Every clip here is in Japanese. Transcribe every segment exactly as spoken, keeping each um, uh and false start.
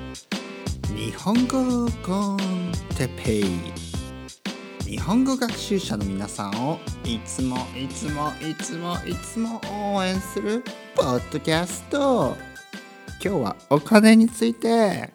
日本語コンテペイ、日本語学習者の皆さんをいつもいつもいつもいつも応援するポッドキャスト。今日はお金について。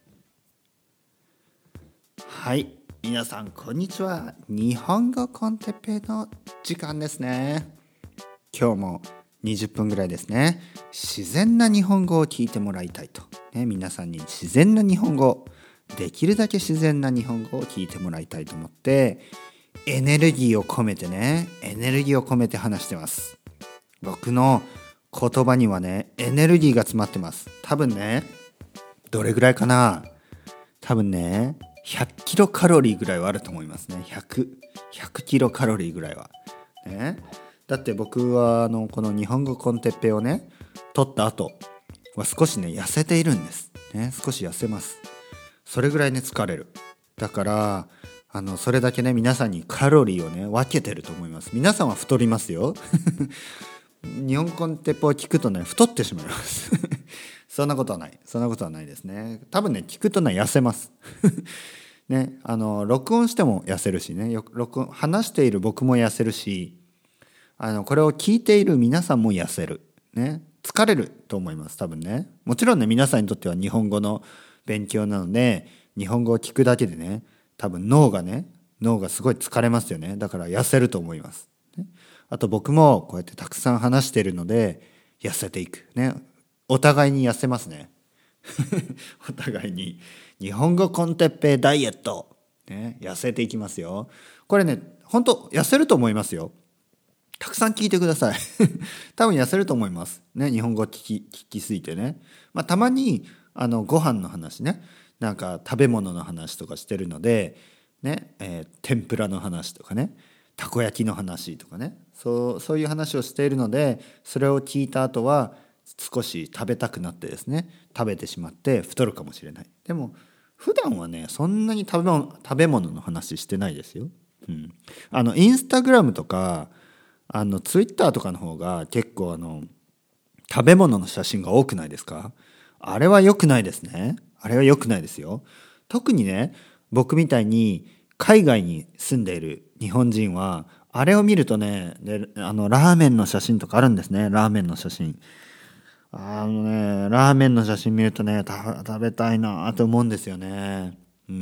はい、皆さんこんにちは。日本語コンテペイの時間ですね。今日もにじゅっぷんぐらいですね。自然な日本語を聞いてもらいたいと、ね、皆さんに自然な日本語、できるだけ自然な日本語を聞いてもらいたいと思って、エネルギーを込めてねエネルギーを込めて話してます。僕の言葉にはねエネルギーが詰まってます。多分ね、どれぐらいかな、多分ねひゃっキロカロリーぐらいはあると思いますね。ひゃく、ひゃくキロカロリーぐらいはね。だって僕はあのこの日本語コンテッペをね取った後は少しね痩せているんですね。少し痩せます。それぐらいね疲れる。だからあのそれだけね皆さんにカロリーをね分けてると思います。皆さんは太りますよ日本コンテッペを聞くとね太ってしまいますそんなことはないそんなことはないですね。多分ね聞くとね痩せますね、あの録音しても痩せるしね、よ録音話している僕も痩せるし、あのこれを聞いている皆さんも痩せる、ね、疲れると思います多分ね。もちろんね皆さんにとっては日本語の勉強なので日本語を聞くだけでね多分脳がね脳がすごい疲れますよね。だから痩せると思います、ね、あと僕もこうやってたくさん話しているので痩せていく、ね、お互いに痩せますねお互いに日本語コンテッペイダイエット、ね、痩せていきますよ。これね本当痩せると思いますよ。たくさん聞いてください多分痩せると思いますね。日本語聞き聞きすぎてね、まあ、たまにあのご飯の話ね、なんか食べ物の話とかしてるのでね、えー、天ぷらの話とかね、たこ焼きの話とかね、そうそういう話をしているので、それを聞いた後は少し食べたくなってですね食べてしまって太るかもしれない。でも普段はねそんなに食べ物、食べ物の話してないですよ、うん、あのインスタグラムとかあのツイッターとかの方が結構あの食べ物の写真が多くないですか？あれは良くないですね。あれは良くないですよ。特にね僕みたいに海外に住んでいる日本人はあれを見るとね、であのラーメンの写真とかあるんですね。ラーメンの写真、あのねラーメンの写真見るとねた食べたいなと思うんですよね。うん、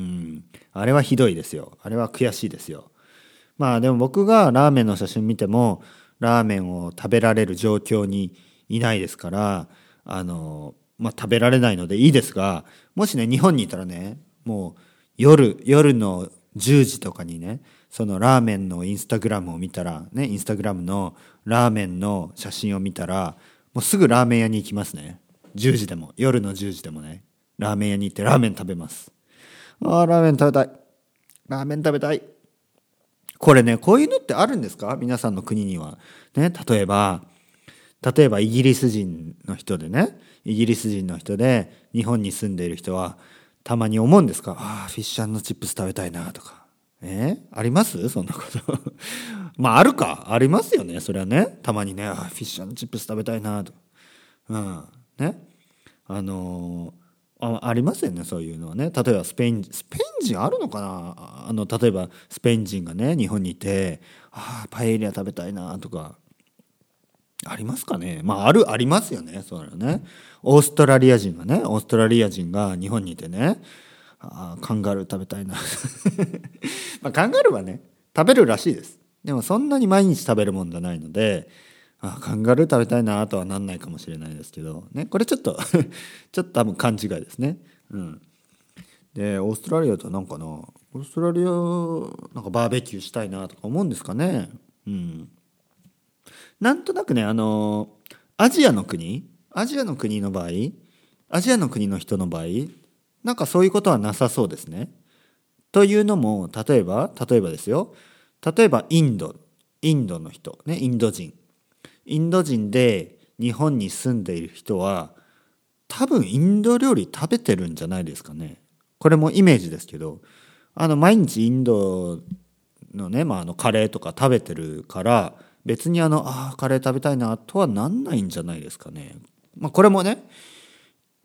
あれはひどいですよ。あれは悔しいですよ。まあでも僕がラーメンの写真見てもラーメンを食べられる状況にいないですから、あの、まあ、食べられないのでいいですが、もしね日本にいたらねもう夜夜のじゅうじとかにねそのラーメンのインスタグラムを見たらね、インスタグラムのラーメンの写真を見たらもうすぐラーメン屋に行きますね。じゅうじでも夜のじゅうじでもねラーメン屋に行ってラーメン食べます。あーラーメン食べたい、ラーメン食べたい。これねこういうのってあるんですか？皆さんの国にはね。例えば例えばイギリス人の人でねイギリス人の人で日本に住んでいる人はたまに思うんですか？ああフィッシュ&チップス食べたいなとか、えー、ありますそんなことまああるか、ありますよねそれはね。たまにねあフィッシュ&チップス食べたいなとか、うんね、あのーあ, ありますよねそういうのはね。例えばスペインスペイン人あるのかな、あの例えばスペイン人がね日本にいてあパエリア食べたいなとかありますかね。まああるありますよねそういうのね。オーストラリア人がねオーストラリア人が日本にいてねあカンガルー食べたいなまあカンガルーはね食べるらしいです。でもそんなに毎日食べるもんじゃないのであカンガルー食べたいなとはなんないかもしれないですけどね。これちょっとちょっと多分勘違いですね。うん。でオーストラリアとなんかなオーストラリアなんかバーベキューしたいなとか思うんですかね。うん。なんとなくねあのアジアの国アジアの国の場合アジアの国の人の場合なんかそういうことはなさそうですね。というのも例えば例えばですよ、例えばインドインドの人ね、インド人インド人で日本に住んでいる人は多分インド料理食べてるんじゃないですかね。これもイメージですけど、あの毎日インドのね、まあ、あのカレーとか食べてるから別にあのあカレー食べたいなとはなんないんじゃないですかね。まあ、これもね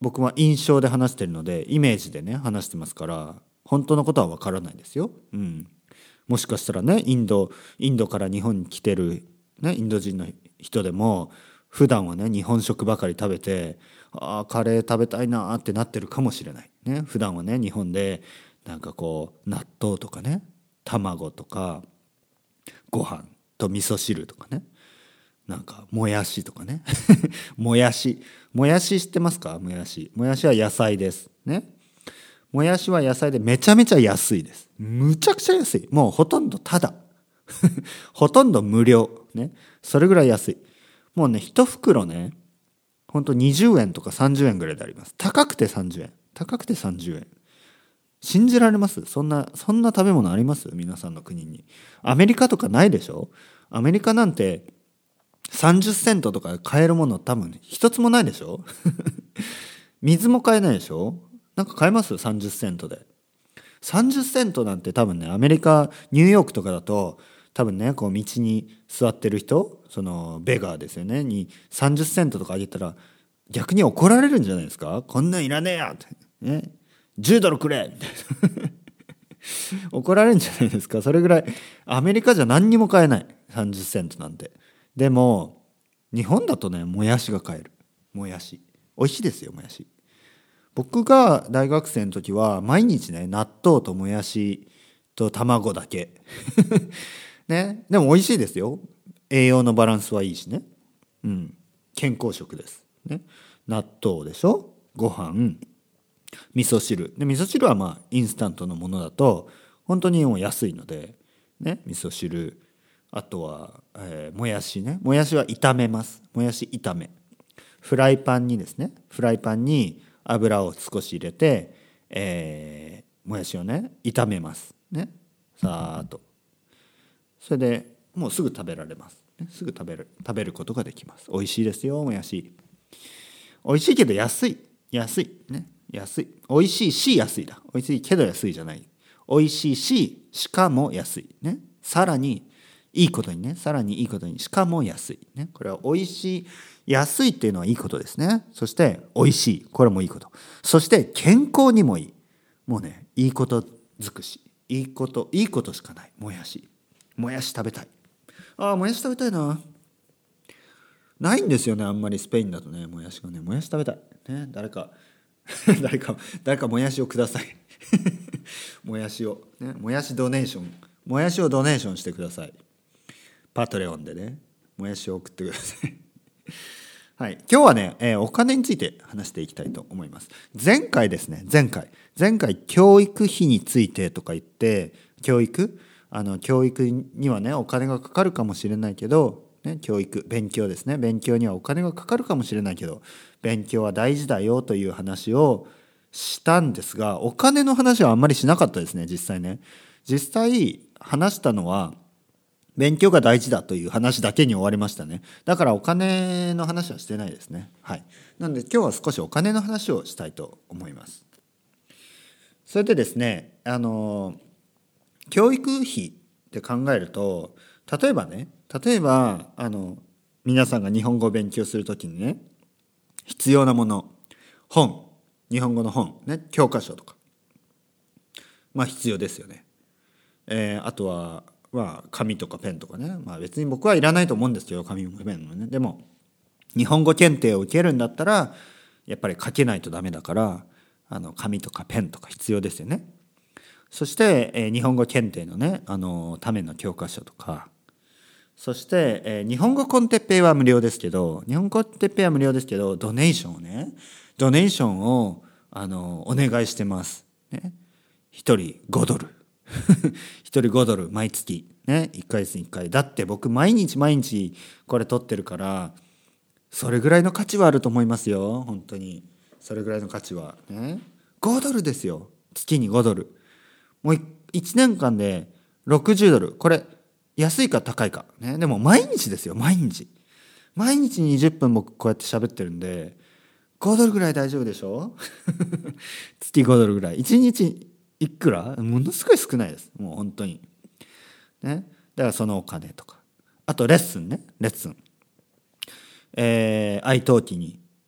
僕は印象で話してるのでイメージでね話してますから本当のことはわからないですよ。うん、もしかしたらねインドインドから日本に来てる、ね、インド人の人でも普段はね日本食ばかり食べてあーカレー食べたいなーってなってるかもしれない、ね、普段はね日本でなんかこう納豆とかね卵とかご飯と味噌汁とかねなんかもやしとかねもやしもやし知ってますか？もやしもやしは野菜ですね。もやしは野菜でめちゃめちゃ安いです。むちゃくちゃ安い。もうほとんどただほとんど無料ね。それぐらい安い。もうね一袋ねほんとにじゅうえんとかさんじゅうえんぐらいであります。高くてさんじゅうえん高くてさんじゅうえん。信じられます？そんなそんな食べ物あります？皆さんの国に。アメリカとかないでしょ？アメリカなんてさんじゅっセントとか買えるもの多分一つもないでしょ水も買えないでしょ。なんか買えます？ さんじゅっ セントで。さんじゅっセントなんて多分ねアメリカニューヨークとかだと多分ねこう道に座ってる人そのベガーですよねにさんじゅっセントとかあげたら逆に怒られるんじゃないですか？こんなんいらねえやって、ね、じゅうドルくれみたいな怒られるんじゃないですか？それぐらいアメリカじゃ何にも買えないさんじゅっセントなんて。でも日本だとねもやしが買える。もやし美味しいですよ。もやし僕が大学生の時は毎日ね納豆ともやしと卵だけね、でも美味しいですよ。栄養のバランスはいいしね、うん、健康食です、ね、納豆でしょ、ご飯、味噌汁で味噌汁はまあインスタントのものだと本当にもう安いので、ね、味噌汁あとは、えー、もやしねもやしは炒めます。もやし炒めフライパンにですねフライパンに油を少し入れて、えー、もやしをね炒めますねさーっと。それでもうすぐ食べられます、ね、すぐ食べる食べることができます。美味しいですよもやし。美味しいけど安い安いね安い美味しいし安いだ美味しいけど安いじゃない。美味しいししかも安いね。さらにいいことにねさらにいいことにしかも安いね。これは美味しい安いっていうのはいいことですね。そして美味しいこれもいいこと。そして健康にもいい。もうねいいこと尽くしいいこといいことしかない。もやしもやし食べたい。ああもやし食べたいな。ないんですよねあんまりスペインだとねもやしがねもやし食べたいね。誰か誰か誰かもやしをくださいもやしをねもやしドネーションもやしをドネーションしてください。パトレオンでねもやしを送ってくださいはい、今日はね、えー、お金について話していきたいと思います。前回ですね前回前回教育費についてとか言って教育あの教育にはねお金がかかるかもしれないけど、ね、教育勉強ですね勉強にはお金がかかるかもしれないけど勉強は大事だよという話をしたんですがお金の話はあんまりしなかったですね。実際ね実際話したのは勉強が大事だという話だけに終わりましたね。だからお金の話はしてないですね。はい。なので今日は少しお金の話をしたいと思います。それでですね、あの教育費って考えると、例えばね、例えばあの皆さんが日本語を勉強するときにね、必要なもの、本、日本語の本ね、教科書とか、まあ必要ですよね。えー、あとはまあ、紙とかペンとかね、まあ、別に僕はいらないと思うんですよ紙もペンもね。でも日本語検定を受けるんだったらやっぱり書けないとダメだからあの紙とかペンとか必要ですよね。そして、えー、日本語検定のねあのための教科書とかそして、えー、日本語コンテッペイは無料ですけど日本語コンテッペイは無料ですけどドネーションをねドネーションをあのお願いしてます、ね、ひとりごドルひとりごドル毎月ねいっかげつにいっかいだって僕毎日毎日これ取ってるからそれぐらいの価値はあると思いますよ。本当にそれぐらいの価値はねごドルですよ。月にごドルもういちねんかんでろくじゅうドルこれ安いか高いかね。でも毎日ですよ毎日毎日にじゅっぷん僕こうやって喋ってるんでごドルぐらい大丈夫でしょ月ごドルぐらいいちにちいくらものすごい少ないですもう本当にね。だからそのお金とかあとレッスンねレッスンえー、愛登記に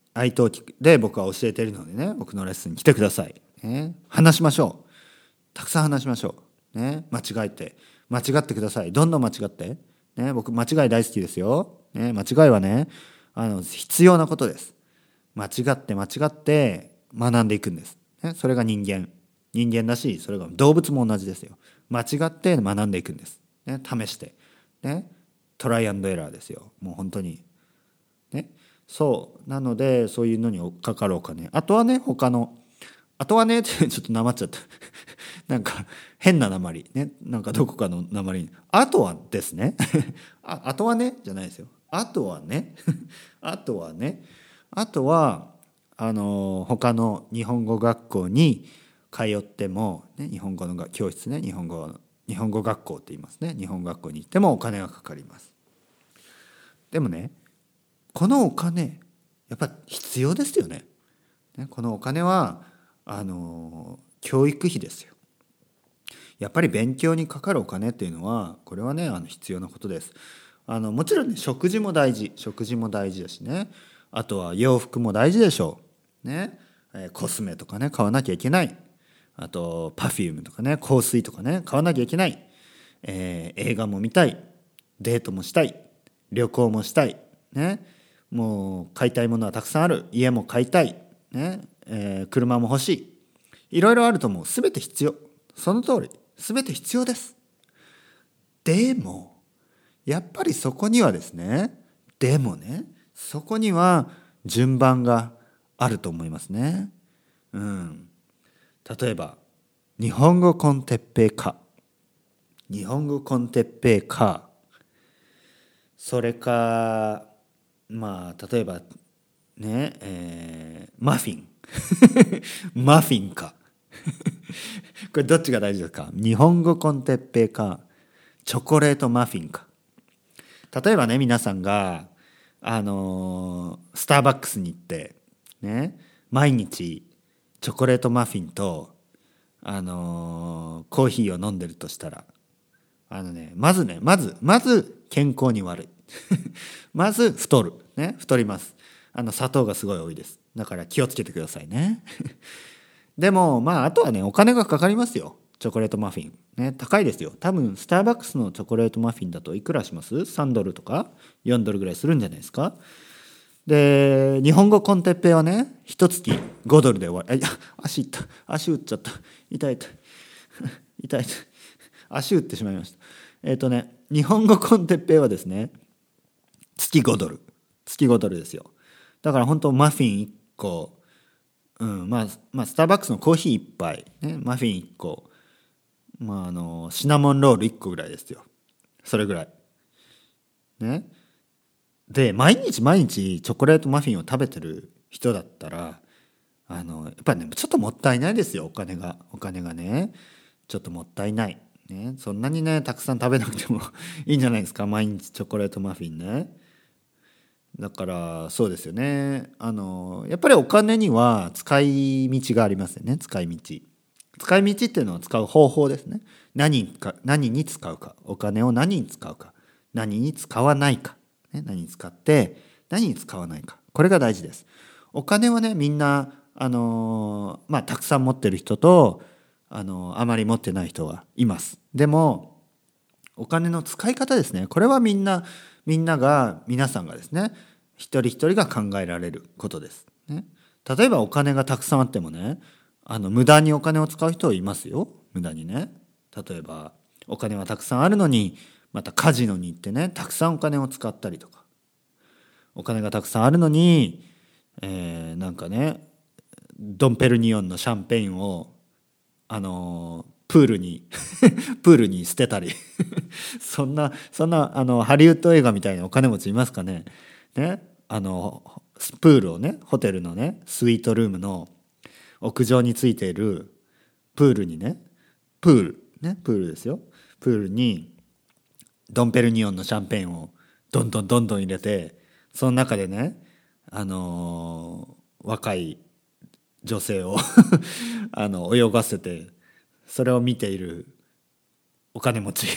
愛登記で僕は教えているのでね、僕のレッスンに来てください、ね、話しましょう。たくさん話しましょう、ね、間違えて間違ってください。どんどん間違って、ね、僕間違い大好きですよ、ね、間違いはねあの必要なことです。間違って間違って学んでいくんです、ね、それが人間人間だし、それが動物も同じですよ。間違って学んでいくんです、ね、試して、ね、トライアンドエラーですよ。もう本当にね。そうなので、そういうのにかかるお金、あとはね他のあとはねってちょっとなまっちゃったなんか変ななまりね、なんかどこかのなまり、あとはですねあ, あとはねじゃないですよ。あとはねあとはねあとはあの他の日本語学校に通っても、ね、日本語の教室ね、日本語日本語学校って言いますね。日本語学校に行ってもお金がかかります。でもね、このお金やっぱ必要ですよね。このお金はあの教育費ですよ。やっぱり勉強にかかるお金っていうのは、これはねあの必要なことです。あのもちろんね、食事も大事食事も大事だしね、あとは洋服も大事でしょうね、えーコスメとかね買わなきゃいけない。あとパフュームとかね、香水とかね買わなきゃいけない。えー映画も見たい、デートもしたい、旅行もしたいね、もう買いたいものはたくさんある。家も買いたいね、えー車も欲しい。いろいろあると思う。全て必要。その通り、全て必要です。でもやっぱりそこにはですねでもねそこには順番があると思いますね。うん。例えば日本語コンテッペイ科、日本語コンテッペイ科、それかまあ例えばね、えーマフィンマフィンかこれどっちが大事ですか？日本語コンテッペイかチョコレートマフィンか。例えばね、皆さんがあのースターバックスに行ってね、毎日チョコレートマフィンとあのーコーヒーを飲んでるとしたら、あのねまずねまずまず健康に悪いまず太るね、太ります。あの砂糖がすごい多いです。だから気をつけてくださいねでもまああとはねお金がかかりますよ。チョコレートマフィンね、高いですよ。多分スターバックスのチョコレートマフィンだといくらします？ さん ドルとかよんドルぐらいするんじゃないですか。で日本語コンテッペイはね一月ごドルで終わり。あ、いや足いった足打っちゃった、痛い痛い痛い痛い足打ってしまいました。えっ、とね日本語コンテッペイはですね月ごドル、月ごドルですよ。だから本当マフィンいっこ、うんまあ、まあスターバックスのコーヒーいっぱい、ね、マフィンいっこ、まあ、あのシナモンロールいっこぐらいですよ。それぐらいね。で毎日毎日チョコレートマフィンを食べてる人だったら、あのやっぱりねちょっともったいないですよ。お金がお金がねちょっともったいない、ね、そんなにねたくさん食べなくてもいいんじゃないですか、毎日チョコレートマフィンね。だからそうですよね。あのやっぱりお金には使い道がありますよね。使い道使い道っていうのは使う方法ですね。何か何に使うか、お金を何に使うか、何に使わないか、ね、何に使って何に使わないか、これが大事です。お金はねみんなあのまあたくさん持ってる人とあのあまり持ってない人はいます。でもお金の使い方ですね、これはみんなみんなが皆さんがですね一人一人が考えられることです、ね、例えばお金がたくさんあってもねあの無駄にお金を使う人いますよ。無駄にね。例えばお金はたくさんあるのにまたカジノに行ってねたくさんお金を使ったりとか、お金がたくさんあるのに、えー、なんかねドンペルニオンのシャンペインをあのプールにプールに捨てたりそんなそんなあのハリウッド映画みたいなお金持ちいますかね。ね、あのプールをねホテルのねスイートルームの屋上についているプールにねプールねプールですよ。プールにドンペルニオンのシャンペーンをどんどんどんどん入れて、その中でねあのー若い女性をあの泳がせて、それを見ているお金持ち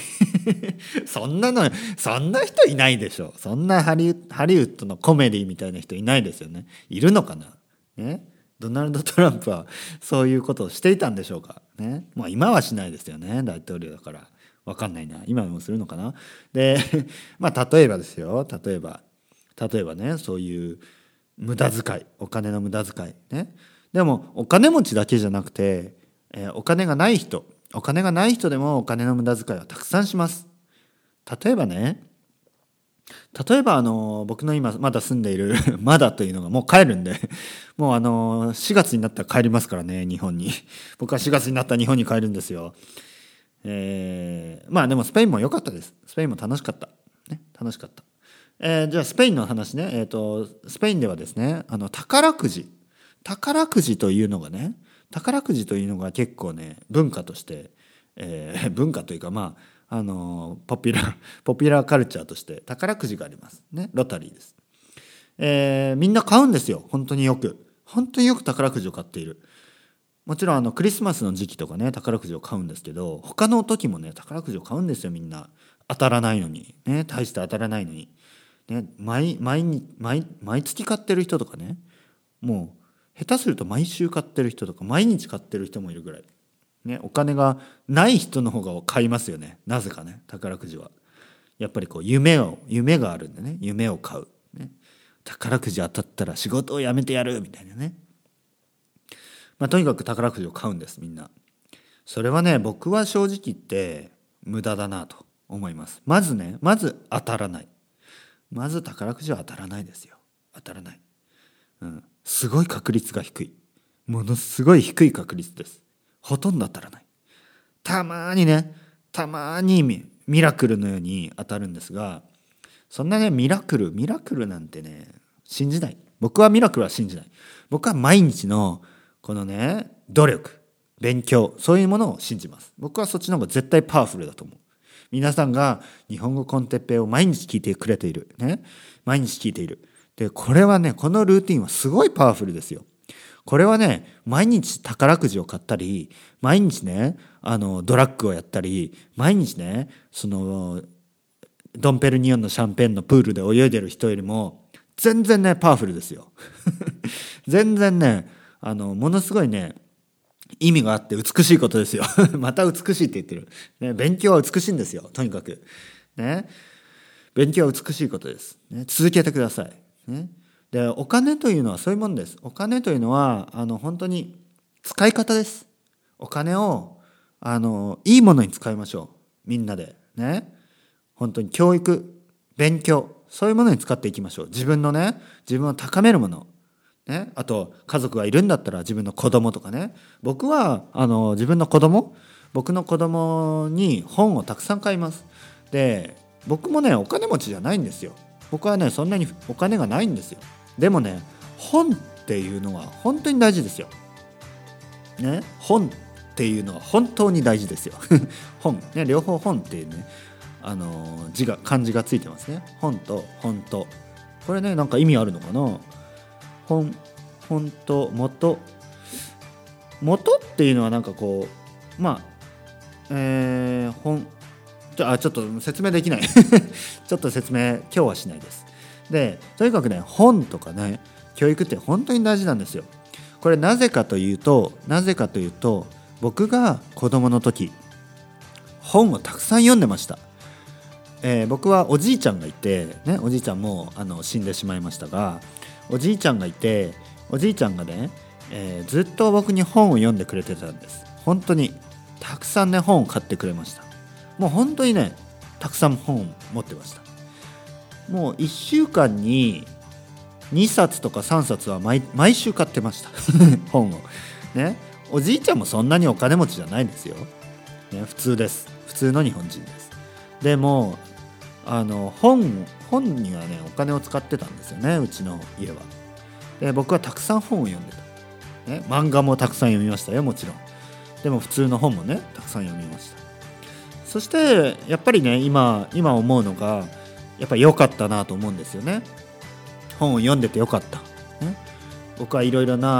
そんなのそんな人いないでしょ。そんなハリウハリウッドのコメディみたいな人いないですよね。いるのかな、ね、ドナルド・トランプはそういうことをしていたんでしょうかね。まあ今はしないですよね、大統領だから。分かんないな、今もするのかな。でまあ例えばですよ、例えば例えばね、そういう無駄遣い、お金の無駄遣いね。でもお金持ちだけじゃなくて、えー、お金がない人お金がない人でもお金の無駄遣いはたくさんします。例えばね例えばあの僕の今まだ住んでいるまだというのがもう帰るんでもうあのしがつになったら帰りますからね、日本に。僕はしがつになったら日本に帰るんですよ。えー、まあでもスペインも良かったです。スペインも楽しかった、ね、楽しかった。えー、じゃあスペインの話ね、えーと、スペインではですね、あの宝くじ宝くじというのがね宝くじというのが結構ね文化として、えー、文化というかまああのポピュラーポピュラーカルチャーとして宝くじがありますね。ロタリーです。えー、みんな買うんですよ。本当によく本当によく宝くじを買っている。もちろんあのクリスマスの時期とかね宝くじを買うんですけど、他の時もね宝くじを買うんですよ。みんな当たらないのにね、大して当たらないのにね、毎毎日毎毎月買ってる人とかね、もう下手すると毎週買ってる人とか毎日買ってる人もいるぐらい、ね、お金がない人の方が買いますよね。なぜかね、宝くじはやっぱりこう夢を夢があるんでね、夢を買う、ね、宝くじ当たったら仕事を辞めてやるみたいなね。まあ、とにかく宝くじを買うんですみんな。それはね僕は正直言って無駄だなと思います。まずねまず当たらない。まず宝くじは当たらないですよ。当たらない、うん、すごい確率が低い。ものすごい低い確率です。ほとんど当たらない。たまにねたまにミラクルのように当たるんですが、そんなねミラクルミラクルなんてね信じない。僕はミラクルは信じない。僕は毎日のこのね努力勉強そういうものを信じます。僕はそっちの方が絶対パワフルだと思う。皆さんが日本語コンテッペイを毎日聞いてくれているね、毎日聞いている。でこれはねこのルーティンはすごいパワフルですよ。これはね毎日宝くじを買ったり毎日ねあのドラッグをやったり毎日ねそのドンペルニオンのシャンペーンのプールで泳いでる人よりも全然ねパワフルですよ全然ねあのものすごいね意味があって美しいことですよまた美しいって言ってる、ね、勉強は美しいんですよ。とにかくね勉強は美しいことです、ね、続けてください、ね、でお金というのはそういうもんです。お金というのはあの本当に使い方です。お金をあのいいものに使いましょう。みんなでね本当に教育勉強そういうものに使っていきましょう。自分のね自分を高めるものね、あと家族がいるんだったら自分の子供とかね。僕はあの自分の子供僕の子供に本をたくさん買います。で僕もねお金持ちじゃないんですよ。僕はねそんなにお金がないんですよ。でもね本っていうのは本当に大事ですよ、ね、本っていうのは本当に大事ですよ本、ね、両方本っていうねあの字が漢字がついてますね。本と本当これねなんか意味あるのかな。本、本当、元元っていうのはなんかこうまあえー、本ちょあちょっと説明できないちょっと説明今日はしないです。でとにかくね本とかね教育って本当に大事なんですよ。これなぜかというとなぜかというと僕が子供の時本をたくさん読んでました。えー、僕はおじいちゃんがいて、ね、おじいちゃんもあの死んでしまいましたがおじいちゃんがいておじいちゃんがね、えー、ずっと僕に本を読んでくれてたんです。本当にたくさんね本を買ってくれました。もう本当にねたくさん本を持ってました。もういっしゅうかんににさつとかさんさつは 毎, 毎週買ってました本をね。おじいちゃんもそんなにお金持ちじゃないんですよ、ね、普通です普通の日本人です。でもあの 本, 本にはねお金を使ってたんですよねうちの家は。で僕はたくさん本を読んでた、ね、漫画もたくさん読みましたよもちろん。でも普通の本もねたくさん読みました。そしてやっぱりね 今, 今思うのがやっぱり良かったなと思うんですよね。本を読んでて良かった、ね、僕はいろいろな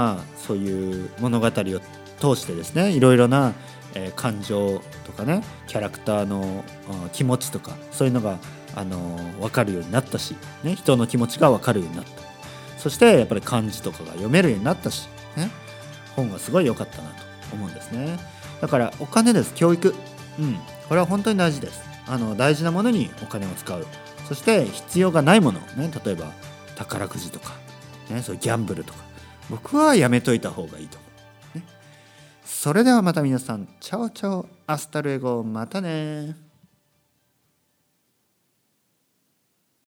そういう物語を通してですね、いろいろな、えー感情とかね、キャラクターのあ気持ちとか、そういうのが、あのー分かるようになったし、ね、人の気持ちが分かるようになった。そしてやっぱり漢字とかが読めるようになったし、ね、本がすごい良かったなと思うんですね。だからお金です、教育、うん、これは本当に大事です。あの大事なものにお金を使う。そして必要がないもの、ね、例えば宝くじとか、ね、そういうギャンブルとか、僕はやめといた方がいいと思う、ね。それではまた皆さん、チャオチャオ、アスタルエゴ、またね。